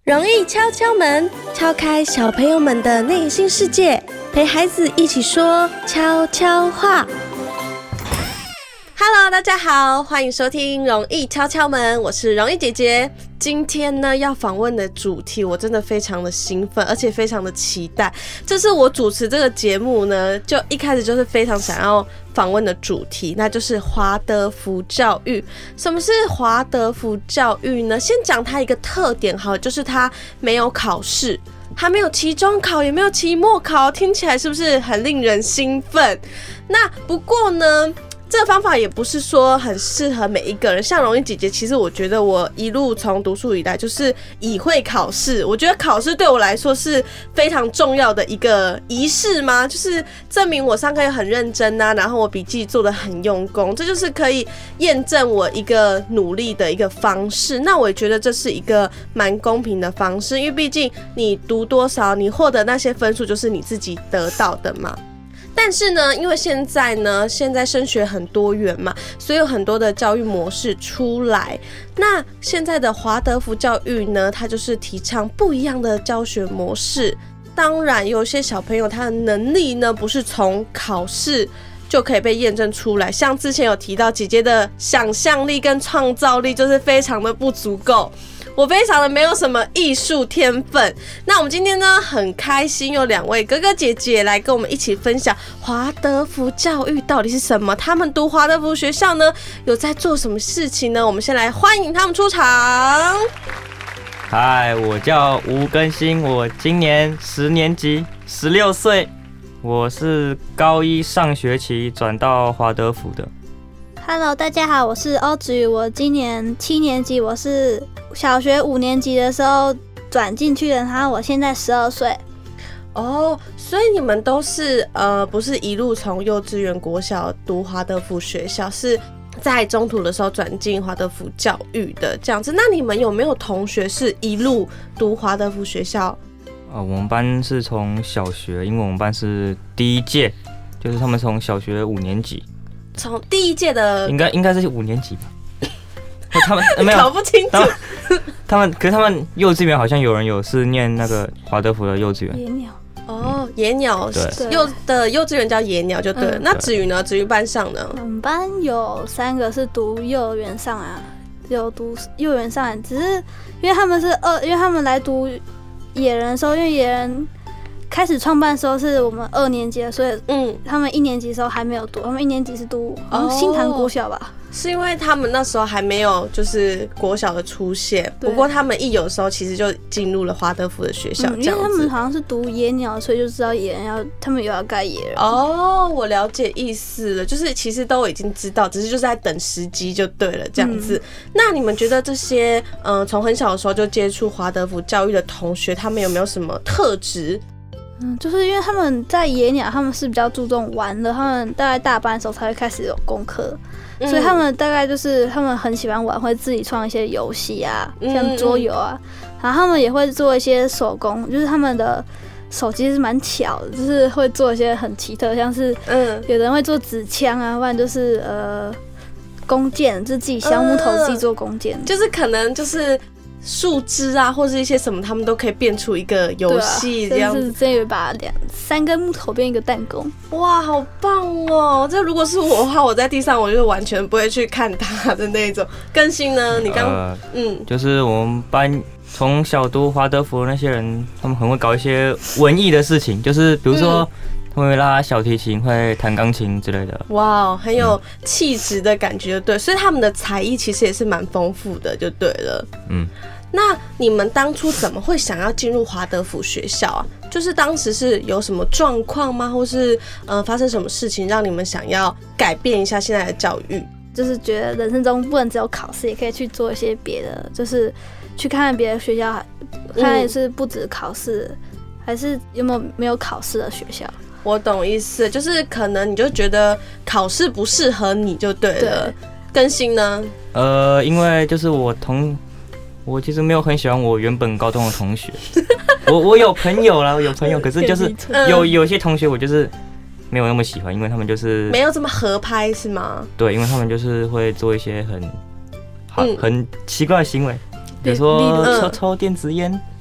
容易敲敲门，敲开小朋友们的内心世界，陪孩子一起说悄悄话。Hello， 大家好，欢迎收听容易敲敲门，我是容易姐姐。今天呢要访问的主题，我真的非常的兴奋，而且非常的期待。这是我主持这个节目呢，就一开始就是非常想要访问的主题，那就是华德福教育。什么是华德福教育呢？先讲它一个特点好，就是它没有考试。它没有期中考，也没有期末考，听起来是不是很令人兴奋？那不过呢，这个方法也不是说很适合每一个人。像容易姐姐，其实我觉得我一路从读书以来就是以会考试。我觉得考试对我来说是非常重要的一个仪式吗？就是证明我上课也很认真啊，然后我笔记做得很用功，这就是可以验证我一个努力的一个方式。那我也觉得这是一个蛮公平的方式，因为毕竟你读多少，你获得那些分数就是你自己得到的嘛。但是呢，因为现在升学很多元嘛，所以有很多的教育模式出来。那现在的华德福教育呢，它就是提倡不一样的教学模式。当然，有些小朋友他的能力呢，不是从考试就可以被验证出来。像之前有提到，姐姐的想象力跟创造力就是非常的不足够。我非常的没有什么艺术天分。那我们今天呢，很开心有两位哥哥姐姐来跟我们一起分享华德福教育到底是什么，他们读华德福学校呢有在做什么事情呢？我们先来欢迎他们出场。 嗨，我叫吴更新，我今年10年级，16岁，我是高一上学期转到华德福的。 Hello， 大家好，我是欧子瑜，我今年7年级，我是小学5年级的时候转进去的，然后我现在12岁。 哦，所以你们都是不是一路从幼稚园、国小读华德福学校，是在中途的时候转进华德福教育的这样子。那你们有没有同学是一路读华德福学校？ 我们班是从小学，因为我们班是第一届，就是他们从小学5年级。 从第一届的应该是5年级吧？他们没有搞不清楚。 可是他们幼稚园好像有人有是念那个华德福的幼稚园。 野鸟哦，野鸟的幼稚园叫野鸟就对了。那子瑜呢？子瑜班上呢？ 我们班有3个是读幼儿园上啊，有读幼儿园上来，只是因为他们因为他们来读野人的时候，因为野人开始创办的时候是我们2年级的，所以他们1年级的时候还没有读，他们1年级是读新潭国小吧。 是因为他们那时候还没有就是国小的出现，不过他们一有的时候其实就进入了华德福的学校，这样子。因为他们好像是读野鸟，所以就知道野人他们有要盖野人。 哦，我了解意思了，就是其实都已经知道，只是就是在等时机就对了，这样子。那你们觉得这些从很小的时候就接触华德福教育的同学，他们有没有什么特质？ 就是因为他们在野鸟，他们是比较注重玩的，他们大概大班的时候才会开始有功课，所以他们大概就是他们很喜欢玩，会自己创一些游戏啊，像桌游啊，然后他们也会做一些手工，就是他们的手其实是蛮巧的，就是会做一些很奇特，像是有人会做纸枪啊，不然就是弓箭，就是自己削木头自己做弓箭， 就是可能就是树枝啊，或是一些什么，他们都可以变出一个游戏这样子。 这有把3根木头变一个弹弓。 哇，好棒哦！这如果是我的话，我在地上我就完全不会去看它的那种。更新呢？你刚就是我们班从小读华德福的那些人，他们很会搞一些文艺的事情，就是比如说他们会拉小提琴，会弹钢琴之类的。 哇，很有气质的感觉，对。所以他们的才艺其实也是蛮丰富的，就对了。那你们当初怎么会想要进入华德福学校啊？就是当时是有什么状况吗？或是发生什么事情让你们想要改变一下现在的教育？ 就是觉得人生中不能只有考试，也可以去做一些别的，就是去看看别的学校，看看也是不止考试，还是有没有考试的学校。 我懂意思，就是可能你就觉得考试不适合你就对了。更新呢？ 因为就是我其实没有很喜欢我原本高中的同学，我有朋友啦，可是就是有些同学我就是没有那么喜欢，因为他们就是没有这么合拍是吗？ 对，因为他们就是会做一些很奇怪的行为，比如说抽电子烟，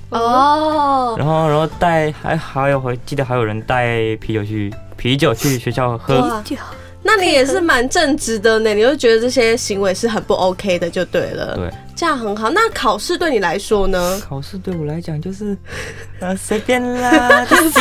哦， 然后还有我记得还有人带啤酒去学校喝。 哇那你也是蛮正直的呢，你就觉得这些行为是很不 OK 的就对了。 对， 这样很好。那考试对你来说呢？ 考试对我来讲就是随便啦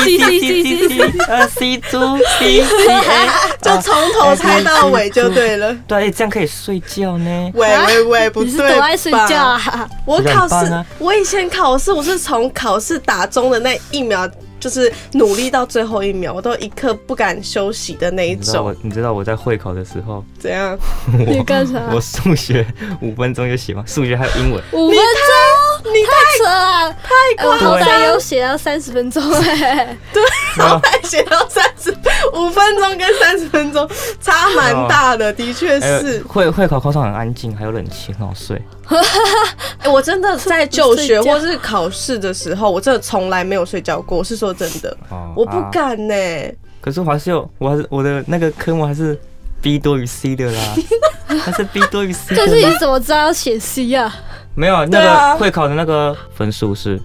，C 猪 C A， 就从头猜到尾就对了。 对，这样可以睡觉呢。 喂，不对吧？ 你是多爱睡觉啊？ 我考试，我以前考试，我是从考试打钟的那一秒。就是努力到最后一秒，我都一刻不敢休息的那一种。 你知道我在会考的时候怎样？ 你干啥？ 我数学5分钟就写完，数学还有英文。 5分钟？你太扯了， 太夸张！ 我好像有写到30分钟哎。 对，我还写到5分钟跟30分钟差蛮大的，的确是。 会考考场很安静，还有冷气，很好睡。 我真的在就学或是考试的时候，我真的从来没有睡觉过。我是说真的，我不敢呢。 可是我的那个科目还是 B 多于 C 的啦，还是 B 多于 C 的。 但是你怎么知道要写 C 啊？ 没有，那个会考的那个分数是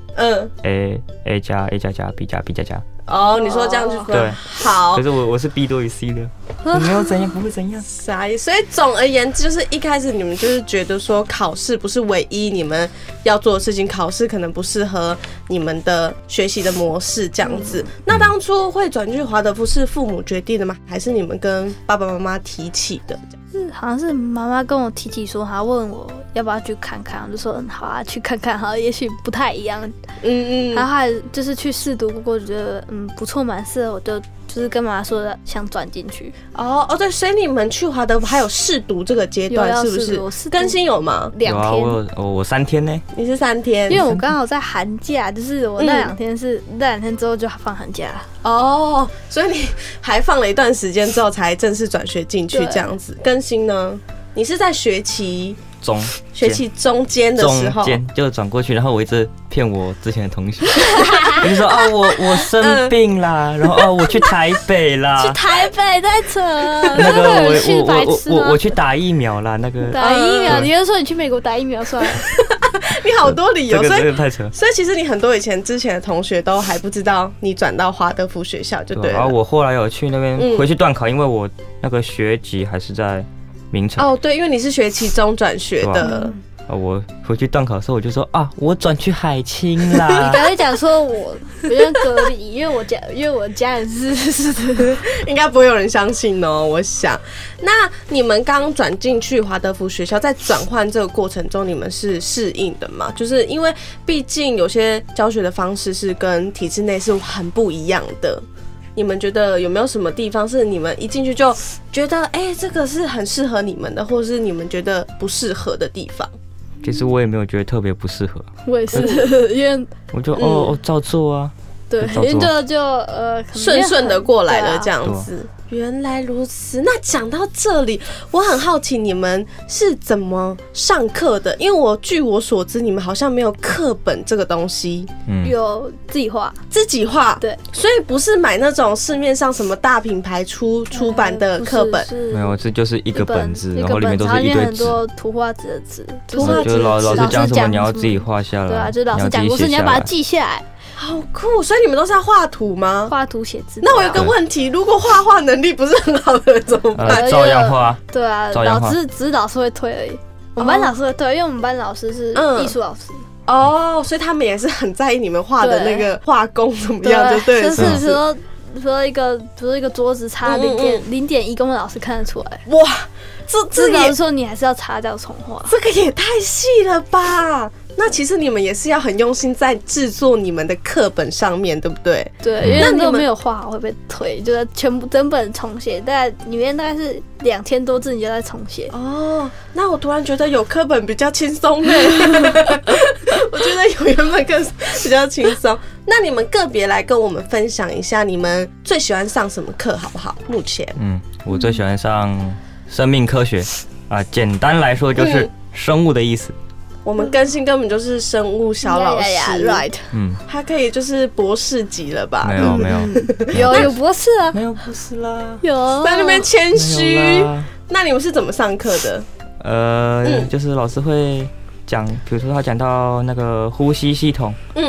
A 加 A 加加 B 加 B 加加。 哦，你说这样就分对， 好。 可是我是 B 多于 C 的，没有怎样，不会怎样。 所以总而言之，就是一开始你们就是觉得说考试不是唯一你们要做的事情，考试可能不适合你们的学习的模式这样子。那当初会转去华德福是父母决定的吗？还是你们跟爸爸妈妈提起的？ 好像是妈妈跟我提起说，她问我要不要去看看，我就说好啊，去看看好了，也许不太一样。然后还就是去试读过，觉得不错，蛮适合，我就是跟妈妈说的想转进去。 对，所以你们去华德福还有试读这个阶段是不是？更新有吗？2 天。 我3天呢。 你是3天？ 因为我刚好在寒假，就是我那2天那2天之后就放寒假。 所以你还放了一段时间之后才正式转学进去这样子。更新呢？你是在学期中间的时候就转过去，然后我一直骗我之前的同学，我就说我生病啦，然后我去台北啦， 去台北太扯了， 那个我去打疫苗啦，那个打疫苗，你就说你去美国打疫苗算了。 你好多理由， 这个太扯。 所以其实你很多之前的同学都还不知道你转到华德福学校就对了。 然后我后来有去那边回去段考，因为我那个学籍还是在名城。 对，因为你是学期中转学的。 我回去段考的时候，我就说我转去海清啦。 你刚才讲说我在隔离，因为我家人是应该不会有人相信哦。我想，那你们刚转进去华德福学校，在转换这个过程中，你们是适应的吗？就是因为毕竟有些教学的方式是跟体制内是很不一样的。你们觉得有没有什么地方是你们一进去就觉得这个是很适合你们的，或是你们觉得不适合的地方？ 其实我也没有觉得特别不适合， 我也是，因为我就照做啊， 对，因为就顺的过来了这样子。原来如此，那讲到这里，我很好奇你们是怎么上课的？因为据我所知，你们好像没有课本这个东西， 有自己画， 对，所以不是买那种市面上什么大品牌出版的课本， 没有，这就是一个本子，然后里面都是一堆很多图画纸的纸， 就是老师讲什么你要自己画下来， 对啊，就是老师讲故事你要把它记下来。 好酷！所以你们都是要画图吗？ 画图写字。 那我有个问题，如果画画能力不是很好的人怎么办？ 照样画。 对啊，只是老师会退而已。我们班老师会退，因为我们班老师是艺术老师。 所以他们也是很在意你们画的那个画工怎么样，就对了。 就是比如说一个桌子差0.1公分，老师看得出来。 哇，这老师说你还是要擦掉重画。 这个也太细了吧！那其实你们也是要很用心在制作你们的课本上面，对不对？ 对，因为如果没有画好会被退，就是整本重写，里面大概是2000多字，你就在重写。 那我突然觉得有课本比较轻松嘞，我觉得有原本更比较轻松。那你们个别来跟我们分享一下，你们最喜欢上什么课好不好？目前， 我最喜欢上生命科学简单来说就是生物的意思。 我们更新根本就是生物小老师 ，right？ 他可以就是博士级了吧？ 没有， 有博士啊？ 没有博士啦， 有在那边谦虚。那你们是怎么上课的？ 就是老师会讲，比如说他讲到那个呼吸系统，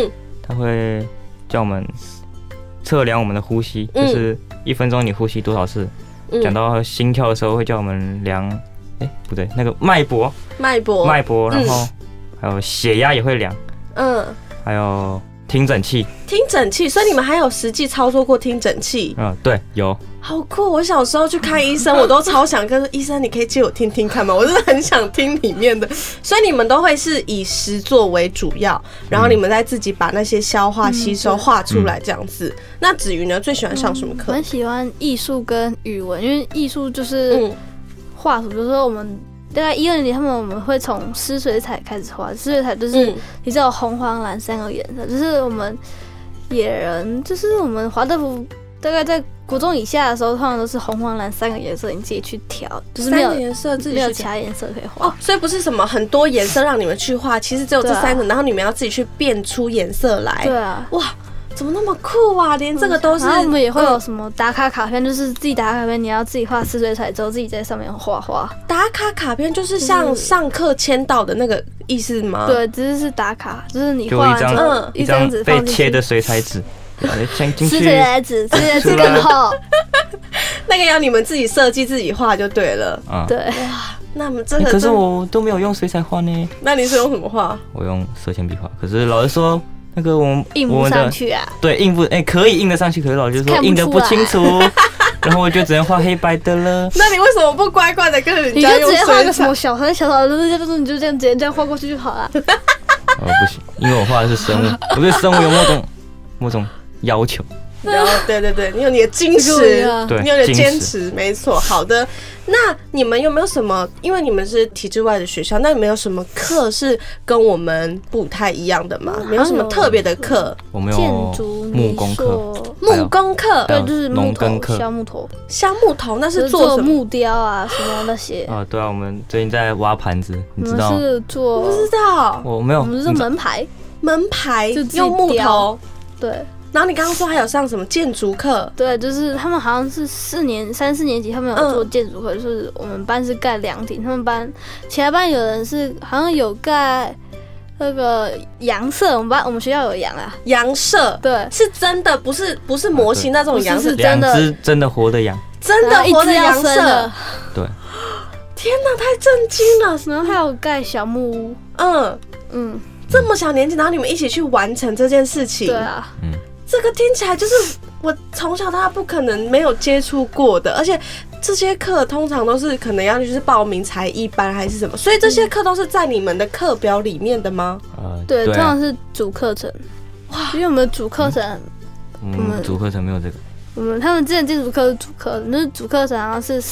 他会叫我们测量我们的呼吸，就是1分钟你呼吸多少次。讲到心跳的时候，会叫我们量，不对，那个脉搏，然后还有血压也会量，还有听诊器， 所以你们还有实际操作过听诊器？ 对，有。 好酷！我小时候去看医生，我都超想跟医生，你可以借我听听看吗？我真的很想听里面的。所以你们都会是以实作为主要，然后你们再自己把那些消化吸收画出来这样子。那子瑜呢，最喜欢上什么课？ 我很喜欢艺术跟语文，因为艺术就是画图，比如说我们大概1、2年级我们会从湿水彩开始画，湿水彩就是你知道红、黄、蓝3个颜色，就是我们野人，就是我们华德福大概在国中以下的时候，通常都是红、黄、蓝3个颜色，你自己去调，就是没有颜色自己没有其他颜色可以画。 哦，所以不是什么很多颜色让你们去画，其实只有这3个，然后你们要自己去变出颜色来。 对啊， 哇，怎么那么酷啊？连这个都是。 然后我们也会有什么打卡卡片，就是自己打卡片，你要自己画湿水彩之后，自己在上面画画。 打卡卡片就是像上课签到的那个意思吗？ 对，只是打卡，就是你画完之后一张被切的水彩纸。 湿水彩纸，湿水彩纸更厚。 那个要你们自己设计、自己画就对了。 对。 哇，那么真的。 可是我都没有用水彩画呢。 那你是用什么画？ 我用色铅笔画。可是老师说，那个我们印不上去啊。 对，可以印得上去，可是老师说印得不清楚。然后我就只能画黑白的了。 那你为什么不乖乖的跟人家用水彩？ 你就直接画个什么小小的，你就这样直接画过去就好了。 不行，因为我画的是生物，我对生物有某种要求。 对，你有你的矜持，你有你的坚持，没错。好的，那你们有没有什么？因为你们是体制外的学校，那你们有什么课是跟我们不太一样的吗？没有什么特别的课？ 我们有建筑、 木工课， 对，就是木头、削木头，那是做什么？ 木雕啊，什么那些。 对啊，我们最近在挖盘子，你知道吗？ 是做， 不知道， 我没有， 我们是门牌， 用木头， 对。 然后你刚刚说还有上什么建筑课？ 对，就是他们好像是3、4年级，他们有做建筑课，就是我们班是盖凉亭，他们班其他班有人是好像有盖那个羊舍，我们学校有羊啊， 羊舍，对，是真的，不是模型那种羊舍， 是真的， 2只真的活的羊， 真的活的羊舍， 对， 天哪，太震惊了！ 然后还有盖小木屋， 这么小年纪，然后你们一起去完成这件事情， 对啊， 这个听起来就是我从小到大不可能没有接触过的，而且这些课通常都是可能要就是报名才艺班还是什么，所以这些课都是在你们的课表里面的吗？ 对，通常是主课程。哇，因为我们的主课程， 主课程没有这个。 他们之前建筑课是主课，那主课程好像是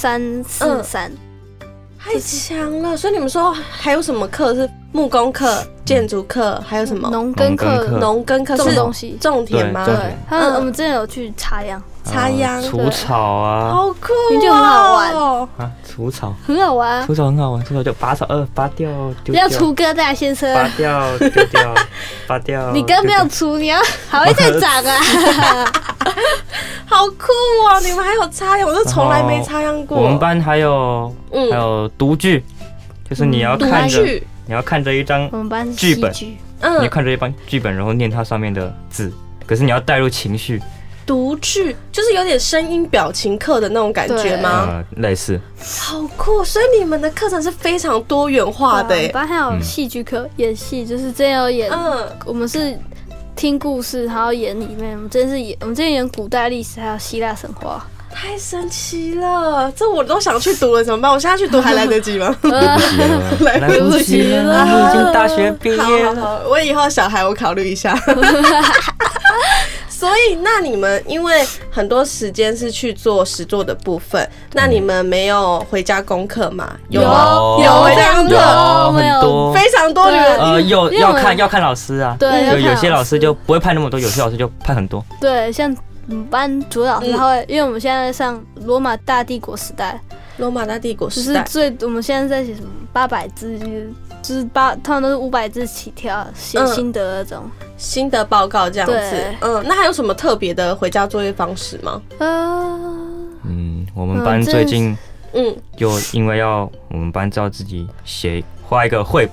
343。 太强了！所以你们说还有什么课是木工课、建筑课，还有什么农耕课是东西种田吗？ 对，我们之前有去插秧， 除草啊， 好酷哦， 就很好玩啊！除草很好玩， 除草很好玩，除草就拔草拔掉，丢掉。 要除根再先生， 拔掉丢掉，拔掉。 你根没有除，你要还会再长啊！ 好酷哦！你们还有插秧，我都从来没插秧过。 我们班还有读剧，就是你要看着一张剧本，你看着一张剧本，然后念它上面的字，可是你要带入情绪。 读剧就是有点声音表情课的那种感觉吗？ 类似。 好酷！所以你们的课程是非常多元化的。 我们班还有戏剧课，演戏，就是之前有演，我们是听故事，然后演里面，我们之前演古代历史，还有希腊神话。 太神奇了，这我都想去读了，怎么办？我现在去读还来得及吗？ 来不及了，你已经大学毕业了。 好，我以后小孩我考虑一下。所以，那你们因为很多时间是去做实作的部分，那你们没有回家功课吗？ 有回家功课， 很多， 非常多。你们要看老师啊， 对， 有些老师就不会派那么多，有些老师就派很多。 对，像我们班主老师他会，因为我们现在在上罗马大帝国时代， 罗马大帝国时代， 就是我们现在在写什么800字，就是通常都是500字起跳，写心得那种心得报告这样子。那还有什么特别的回家作业方式吗？ 我们班最近就因为我们班要自己画一个绘本，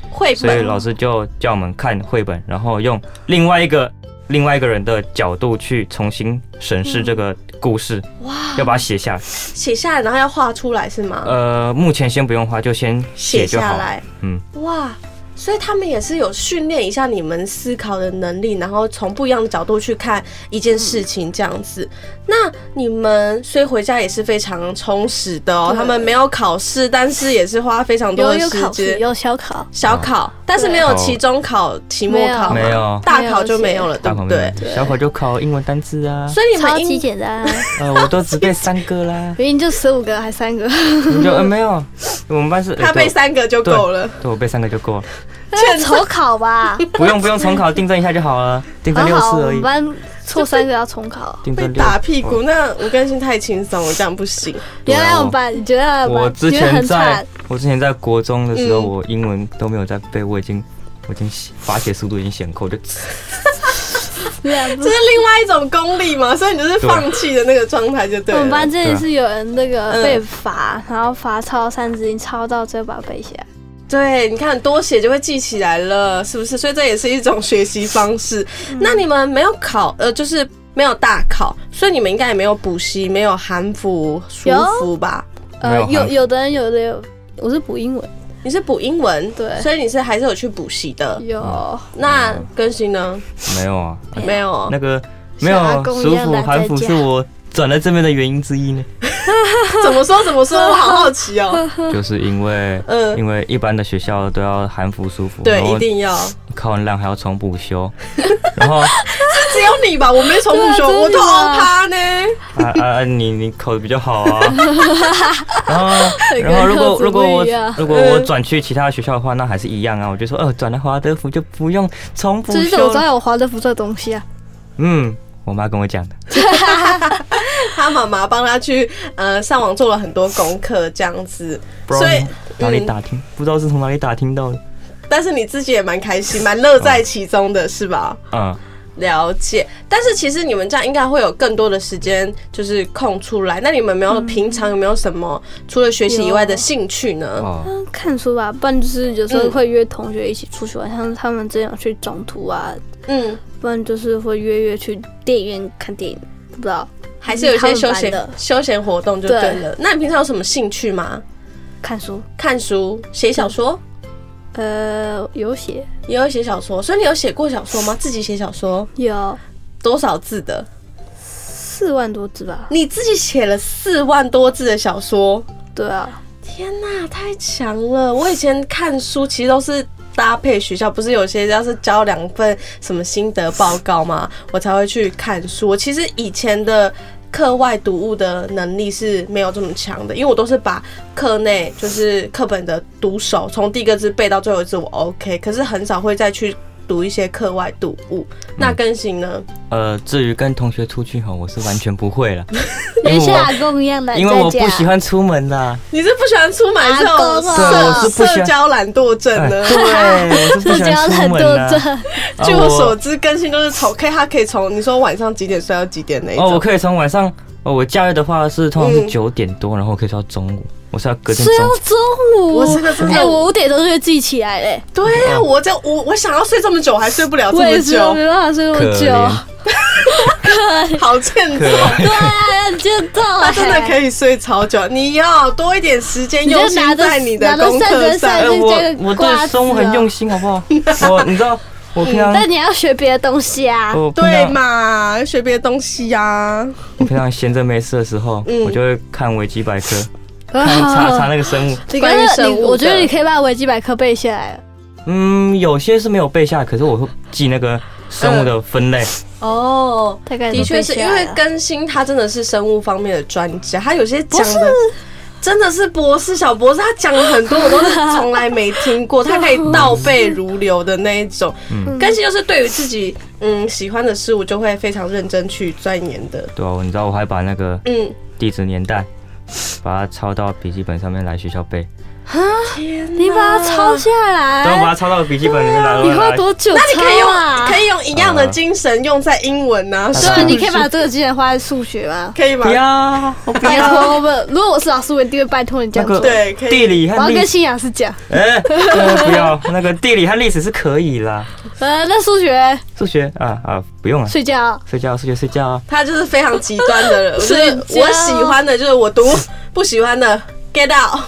绘本， 所以老师就叫我们看绘本，然后用另外一个人的角度去重新审视这个故事。哇！要把它写下来，然后要画出来是吗？ 目前先不用画，就先写就好。 写下来。哇！所以他们也是有训练一下你们思考的能力，然后从不一样的角度去看一件事情这样子。那你们所以回家也是非常充实的哦。他们没有考试，但是也是花非常多的时间。 有小考， 但是没有期中考、期末考， 没有， 大考就没有了，对不对？ 小考就考英文单字啊。 所以你们超级简单。 我都只背3个啦。 明明就15个还3个。 就没有，我们班是他背3个就够了。 对，我背3个就够了。 重考吧？ 不用重考，订正一下就好了，订正6次而已。 我们班错3个要重考， 被打屁股。那吴更新太轻松了，这样不行。 你要来我们班，你觉得来我们班？ 我之前在国中的时候，我英文都没有在背，我已经罚写速度已经显扣，就。 这是另外一种功力嘛，所以你就是放弃的那个状态就对了。 我们班之前是有人那个被罚，然后罚抄3字经，抄到最后把它背下来。 对，你看多写就会记起来了，是不是？所以这也是一种学习方式。那你们没有考，就是没有大考，所以你们应该也没有补习，没有韩辅、暑辅吧？ 有的人有，我是补英文。 你是补英文， 对， 所以你是还是有去补习的。 有。那更新呢？ 没有啊， 没有。 那个没有暑辅、韩辅是我转来这边的原因之一呢。 怎么说？我好好奇哦。 就是因为一般的学校都要韩辅、暑辅， 对，一定要。 考完烂还要重补修，然后只有你吧，我没重补修，我都熬趴呢。 你考的比较好啊。然后如果我转去其他学校的话，那还是一样啊。我就说转来华德福就不用重补修了。 其实我知道有华德福这东西啊。 我妈跟我讲的。 他妈妈帮他去上网做了很多功课，这样子。所以哪里打听？不知道是从哪里打听到的。 但是你自己也蛮开心，蛮乐在其中的，是吧？了解。但是其实你们这样应该会有更多的时间，就是空出来。那你们平常有没有什么除了学习以外的兴趣呢？ 看书吧，不然就是有时候会约同学一起出去玩，像他们之前有去总图啊，不然就是会约去电影院看电影，不知道。 还是有一些休闲活动就对了。那你平常有什么兴趣吗？看书，写小说。 有写， 也有写小说，所以你有写过小说吗？自己写小说？ 有。 多少字的 ？4万多字吧。 你自己写了4万多字的小说？ 对啊。 天哪，太强了！我以前看书其实都是搭配学校，不是有些要是交2份什么心得报告吗？我才会去看书。我其实以前的课外读物的能力是没有这么强的，因为我都是把课内就是课本的读熟，从第一个字背到最后一字我 OK， 可是很少会再去读一些课外读物。那更新呢？ 至于跟同学出去我是完全不会了， 像阿公一样的， 因为我不喜欢出门啦。 你是不喜欢出门这种社交懒惰症呢？ 对，我是不喜欢出门的。 据我所知，更新都是他可以从你说晚上几点睡到几点那一种。 我可以从晚上，我假日的话是通常是9点多，然后可以睡到中午。我是要隔天睡到中午， 我是个真的， 我5点多就会自己起来嘞。 对啊，我想要睡这么久，还睡不了这么久， 我没办法睡这么久， 好欠揍。 对啊，很欠揍。 他真的可以睡超久，你要多一点时间用心在你的功课上。 我对生物很用心，好不好？你知道。我平常， 但你要学别的东西啊， 对嘛？要学别的东西呀。 我平常闲着没事的时候，我就会看维基百科，查那个生物。 我觉得你可以把维基百科背下来了。 有些是没有背下来，可是我会记那个生物的分类。 的确是因为更新他真的是生物方面的专家，他有些讲的。真的是博士、小博士，他讲了很多，我都是从来没听过。他可以倒背如流的那一种。更新就是对于自己喜欢的事物，就会非常认真去钻研的。 对啊，你知道我还把那个地质年代，把它抄到笔记本上面来学校背。 你把它抄下来， 对，我把它抄到笔记本里面来。 你花多久？ 那你可以用一样的精神用在英文啊。 对，你可以把这个精神花在数学吗？ 可以吗？ 不要，我不拜要。 托，如果我是老师，我一定会拜托你这样做。 对，可以。 地理和我要跟新雅师讲。 不要，那个地理和历史是可以啦。 那数学不用了。 睡觉， 数学睡觉。 他就是非常极端的人，就是我喜欢的就是我读，不喜欢的 get out。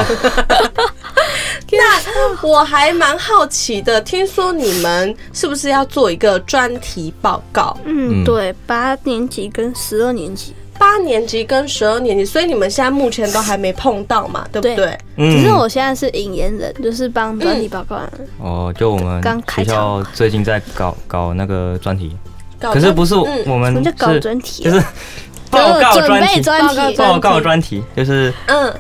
那我还蛮好奇的，听说你们是不是要做一个专题报告？ 对，8年级跟12年级。 8年级跟12年级，所以你们现在目前都还没碰到嘛，对不对？ 只是我现在是引言人，就是帮专题报告人。 就我们学校最近在搞那个专题，可是不是我们什么叫搞专题？ 就是报告专题， 报告专题就是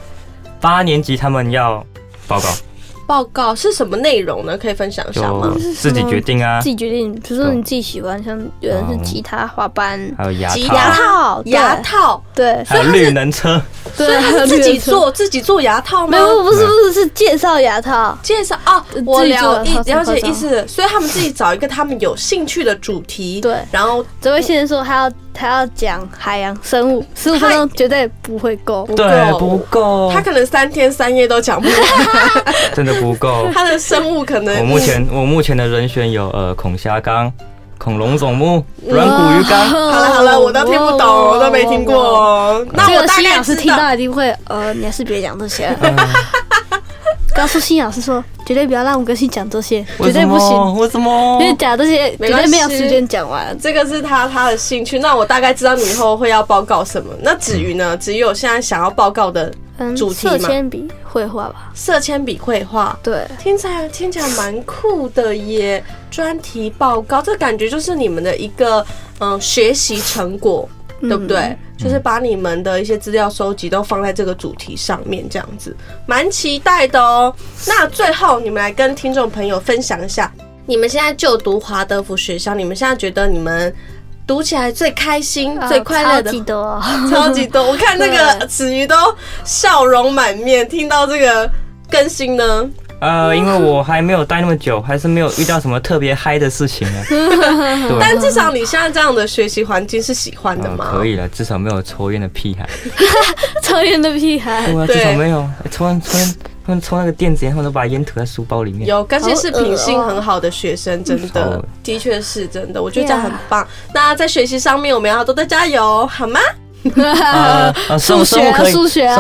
8年级他们要报告。 报告是什么内容呢？可以分享一下吗？ 自己决定啊， 自己决定。比如说你自己喜欢，像有人是吉他、滑板， 还有牙套，对， 还有绿能车。 所以他是自己做牙套吗？ 没有，不是，是介绍牙套。 介绍我了解意思。所以他们自己找一个他们有兴趣的主题， 对， 然后这位先生说他要讲海洋生物，15分钟绝对不会够， 对，不够。 他可能3天3夜都讲不完， 真的不够。 他的生物可能我目前的人选有孔虾纲、恐龙总目、软骨鱼纲。 好了，我都听不懂，我都没听过。那我大概老师听到一定会你还是别讲这些。告诉新老师说，绝对不要让吴更新讲这些，绝对不行。 为什么？ 因为讲这些绝对没有时间讲完。 这个是他的兴趣。那我大概知道你以后会要报告什么。那至于呢？只有现在想要报告的主题嘛？ 色铅笔绘画吧。 色铅笔绘画， 对， 听起来蛮酷的耶。专题报告，这感觉就是你们的一个学习成果。对不对？就是把你们的一些资料收集都放在这个主题上面，这样子蛮期待的哦。那最后你们来跟听众朋友分享一下，你们现在就读华德福学校，你们现在觉得你们读起来最开心、最快乐的？超级多！我看那个子瑜都笑容满面，听到这个更新呢。 因为我还没有待那么久，还是没有遇到什么特别嗨的事情啊。 但至少你现在这样的学习环境是喜欢的吗？ 可以了，至少没有抽烟的屁孩。 抽烟的屁孩， 对啊，至少没有抽那个电子烟，他们都把烟涂在书包里面。 有，更新是品性很好的学生，真的，的确是真的，我觉得这样很棒。那在学习上面，我们要多多加油，好吗？ 数学可以。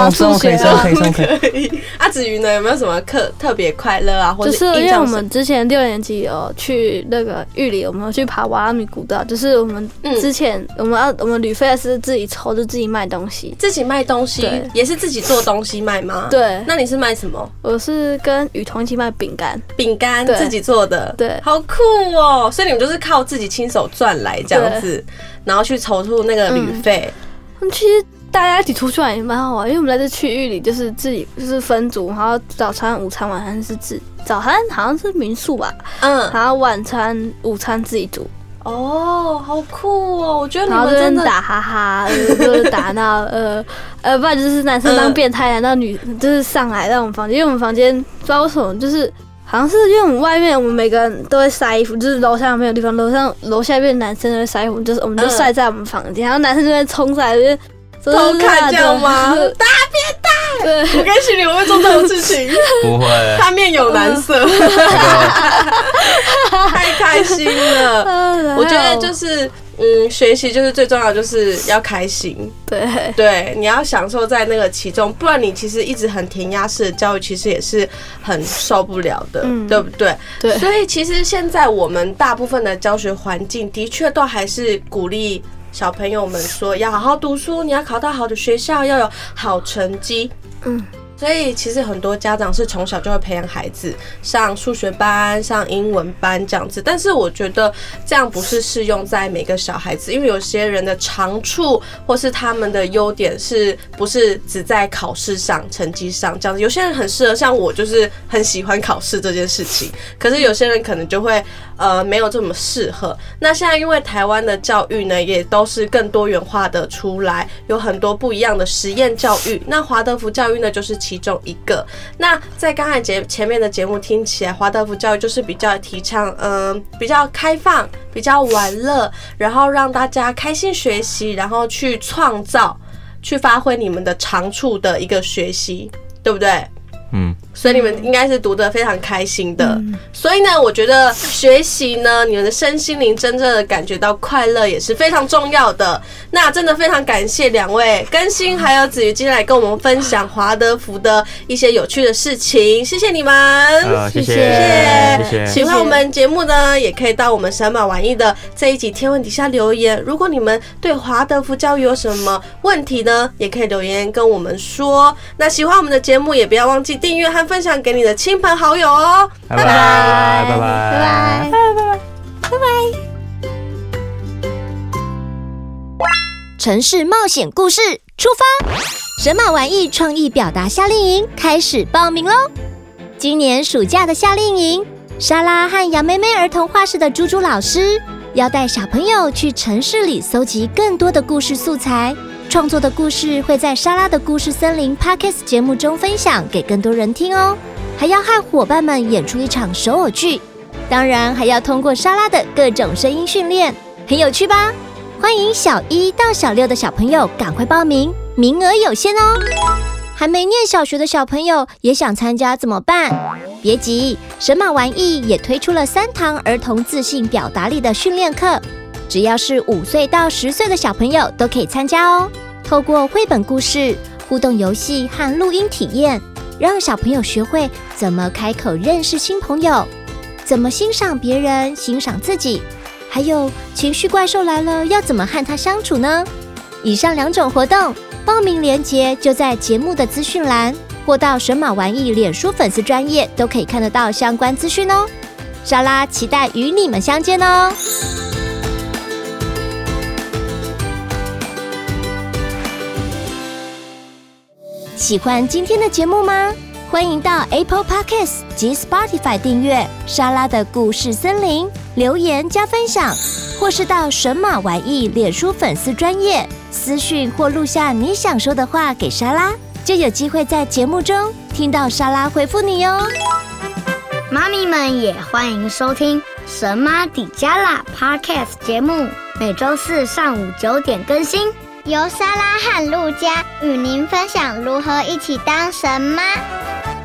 至于呢，有没有什么课特别快乐啊？或者就是因为我们之前6年级有去那个玉里，我们有去爬瓦拉米古道。就是我们之前我们旅费是自己抽，就自己卖东西。 自己卖东西，也是自己做东西卖吗？ 对。 那你是卖什么？ 我是跟雨桐一起卖饼干， 自己做的， 对， 好酷哦！所以你们就是靠自己亲手赚来这样子，然后去筹出那个旅费。 其实大家一起出去玩也蛮好玩，因为我们在这区域里就是自己就是分组，然后早餐、午餐、晚餐是早餐好像是民宿吧，然后晚餐、午餐自己煮。 哦，好酷哦！我觉得你们真的打哈哈，就是打闹，不然就是男生当变态，然后女就是上来让我们房间，因为我们房间不知道为什么就是好像是因为我们外面我们每个人都会晒衣服，就是楼上没有地方，楼下边男生都会晒衣服，就是我们就晒在我们房间，然后男生就会冲上来就是偷看这样吗？大变态！对，我跟徐玲我会做这种事情， 不会， 他面有难色，太开心了。我觉得就是学习就是最重要，就是要开心。对，你要享受在那个其中，不然你其实一直很填鸭式的教育，其实也是很受不了的，对不对？ 对。 所以其实现在我们大部分的教学环境的确都还是鼓励小朋友们说要好好读书，你要考到好的学校，要有好成绩。所以其实很多家长是从小就会培养孩子上数学班、上英文班这样子，但是我觉得这样不是适用在每个小孩子，因为有些人的长处或是他们的优点是不是只在考试上、成绩上这样子？有些人很适合，像我就是很喜欢考试这件事情，可是有些人可能就会没有这么适合。那现在因为台湾的教育呢，也都是更多元化的出来，有很多不一样的实验教育。那华德福教育呢，就是其中一个。那在刚才前面的节目听起来，华德福教育就是比较提倡比较开放、比较玩乐，然后让大家开心学习，然后去创造、去发挥你们的长处的一个学习，对不对？所以你们应该是读得非常开心的。所以呢，我觉得学习呢，你们的身心灵真正的感觉到快乐也是非常重要的。那真的非常感谢两位更新还有子瑜今天来跟我们分享华德福的一些有趣的事情，谢谢你们， 谢谢。 喜欢我们节目呢，也可以到我们神马玩意的这一集贴文底下留言。如果你们对华德福教育有什么问题呢，也可以留言跟我们说。那喜欢我们的节目，也不要忘记订阅和分享给你的亲朋好友哦。 拜拜拜拜拜拜拜拜。 城市冒险故事出发，神马玩意创意表达夏令营开始报名喽！今年暑假的夏令营，莎拉和杨妹妹儿童画室的猪猪老师要带小朋友去城市里搜集更多的故事素材。创作的故事会在莎拉的故事森林 Podcast 节目中分享给更多人听哦，还要和伙伴们演出一场手偶剧，当然还要通过莎拉的各种声音训练，很有趣吧？欢迎小1到小6的小朋友赶快报名，名额有限哦。还没念小学的小朋友也想参加怎么办？别急，神马玩意也推出了3堂儿童自信表达力的训练课，只要是5岁到10岁的小朋友都可以参加哦。透过绘本故事、互动游戏和录音体验，让小朋友学会怎么开口认识新朋友，怎么欣赏别人、欣赏自己，还有情绪怪兽来了要怎么和它相处呢？以上2种活动报名链接就在节目的资讯栏，或到神马玩意脸书粉丝专页都可以看得到相关资讯哦。莎拉期待与你们相见哦。喜欢今天的节目吗？欢迎到 Apple Podcasts 及 Spotify 订阅莎拉的故事森林，留言加分享，或是到神马玩意脸书粉丝专页私讯或录下你想说的话给莎拉，就有机会在节目中听到莎拉回复你哦。 妈咪们也欢迎收听神马底加拉 Podcast 节目，每周4上午9点更新， 由莎拉和陆佳与您分享如何一起当神妈。